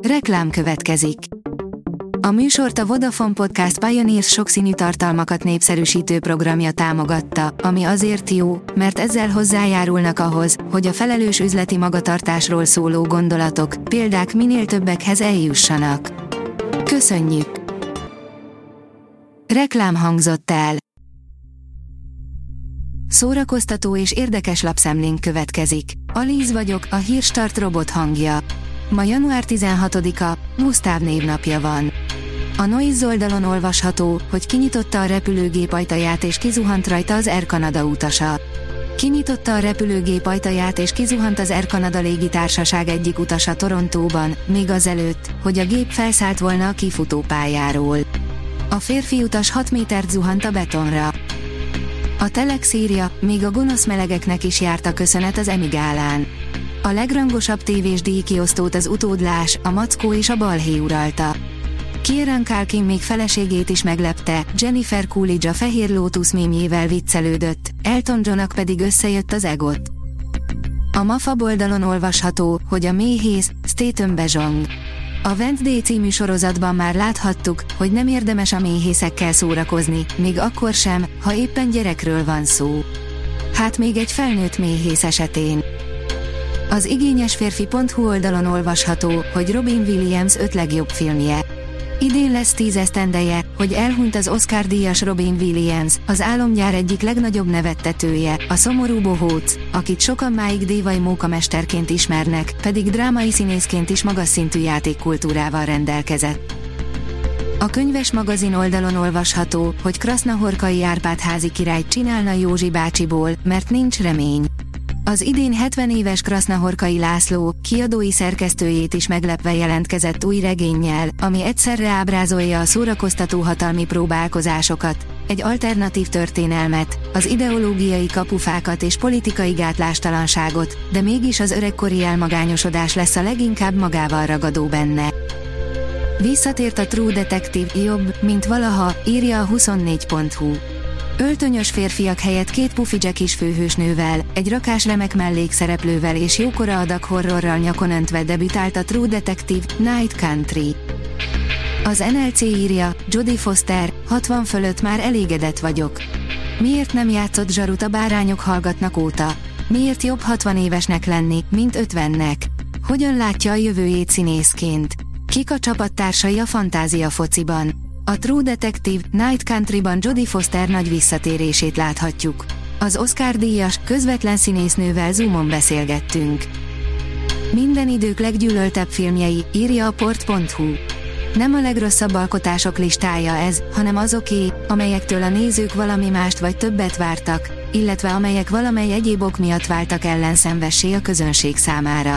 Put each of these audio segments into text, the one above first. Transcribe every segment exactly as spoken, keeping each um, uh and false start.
Reklám következik. A műsort a Vodafone Podcast Pioneers sokszínű tartalmakat népszerűsítő programja támogatta, ami azért jó, mert ezzel hozzájárulnak ahhoz, hogy a felelős üzleti magatartásról szóló gondolatok, példák minél többekhez eljussanak. Köszönjük! Reklám hangzott el. Szórakoztató és érdekes lapszemlénk következik. Alíz vagyok, a Hírstart robot hangja. Ma január tizenhatodika, Gusztáv névnapja van. A Noise oldalon olvasható, hogy kinyitotta a repülőgép ajtaját és kizuhant rajta az Air Canada utasa. Kinyitotta a repülőgép ajtaját és kizuhant az Air Canada légitársaság egyik utasa Torontóban, még azelőtt, hogy a gép felszállt volna a kifutópályáról. A férfi utas hat métert zuhant a betonra. A Telex írja, még a gonosz melegeknek is járt a köszönet az Emmy gálán. A legrangosabb tévés díjkiosztót az utódlás, a mackó és a balhé uralta. Kieran Culkin még feleségét is meglepte, Jennifer Coolidge a Fehér Lótusz mémjével viccelődött, Elton Johnnak pedig összejött az egot. A MAFA oldalon olvasható, hogy a méhész, Statham bezsong. A Wednesday című sorozatban már láthattuk, hogy nem érdemes a méhészekkel szórakozni, még akkor sem, ha éppen gyerekről van szó. Hát még egy felnőtt méhész esetén. Az igényesférfi pont hu oldalon olvasható, hogy Robin Williams öt legjobb filmje. Idén lesz tíz esztendeje, hogy elhunyt az Oscar-díjas Robin Williams, az álomgyár egyik legnagyobb nevettetője, a szomorú bohóc, akit sokan máig dévai mókamesterként ismernek, pedig drámai színészként is magas szintű játékkultúrával rendelkezett. A könyves magazin oldalon olvasható, hogy Krasznahorkai Árpád házi királyt csinálna Józsi bácsiból, mert nincs remény. Az idén hetven éves Krasznahorkai László, kiadói szerkesztőjét is meglepve jelentkezett új regénnyel, ami egyszerre ábrázolja a szórakoztató hatalmi próbálkozásokat, egy alternatív történelmet, az ideológiai kapufákat és politikai gátlástalanságot, de mégis az öregkori elmagányosodás lesz a leginkább magával ragadó benne. Visszatért a True Detective, jobb, mint valaha, írja a huszonnégy pont hu. Öltönyös férfiak helyett két pufi jackis főhősnővel, egy rakás remek mellékszereplővel és jókora adag horrorral nyakon öntve debütált a True Detective, Night Country. Az en el cé írja, Jodie Foster, hatvan fölött már elégedett vagyok. Miért nem játszott zsarut a Bárányok hallgatnak óta? Miért jobb hatvan évesnek lenni, mint ötvennek? Hogyan látja a jövőjét színészként? Kik a csapattársai a fantázia fociban? A True Detective, Night Countryban Jodie Foster nagy visszatérését láthatjuk. Az Oscar-díjas, közvetlen színésznővel Zoomon beszélgettünk. Minden idők leggyűlöltebb filmjei, írja a port pont hu. Nem a legrosszabb alkotások listája ez, hanem azoké, amelyektől a nézők valami mást vagy többet vártak, illetve amelyek valamely egyéb ok miatt váltak ellenszenvessé a közönség számára.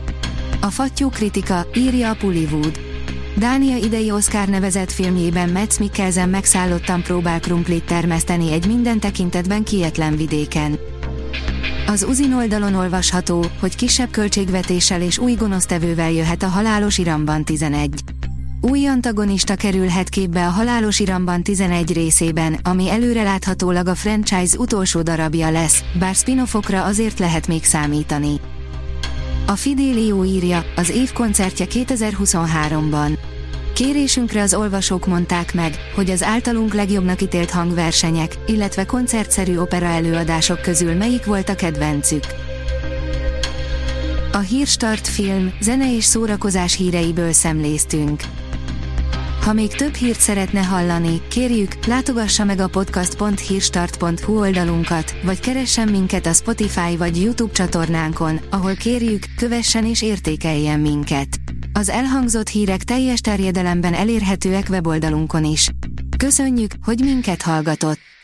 A fattyú kritika, írja a Pullywood. Dánia idei Oscar nevezett filmjében Mads Mikkelsen megszállottan próbál krumplit termeszteni egy minden tekintetben kietlen vidéken. Az Uzin oldalon olvasható, hogy kisebb költségvetéssel és új gonosztevővel jöhet a Halálos Iramban tizenegy. Új antagonista kerülhet képbe a Halálos Iramban tizenegy részében, ami előreláthatólag a franchise utolsó darabja lesz, bár spin-offokra azért lehet még számítani. A Fidelio írja, az év koncertje kétezer-huszonháromban. Kérésünkre az olvasók mondták meg, hogy az általunk legjobbnak ítélt hangversenyek, illetve koncertszerű opera előadások közül melyik volt a kedvencük. A Hírstart film, zene és szórakozás híreiből szemléztünk. Ha még több hírt szeretne hallani, kérjük, látogassa meg a podcast pont hírstart pont hu oldalunkat, vagy keressen minket a Spotify vagy YouTube csatornánkon, ahol kérjük, kövessen és értékeljen minket. Az elhangzott hírek teljes terjedelemben elérhetőek weboldalunkon is. Köszönjük, hogy minket hallgatott!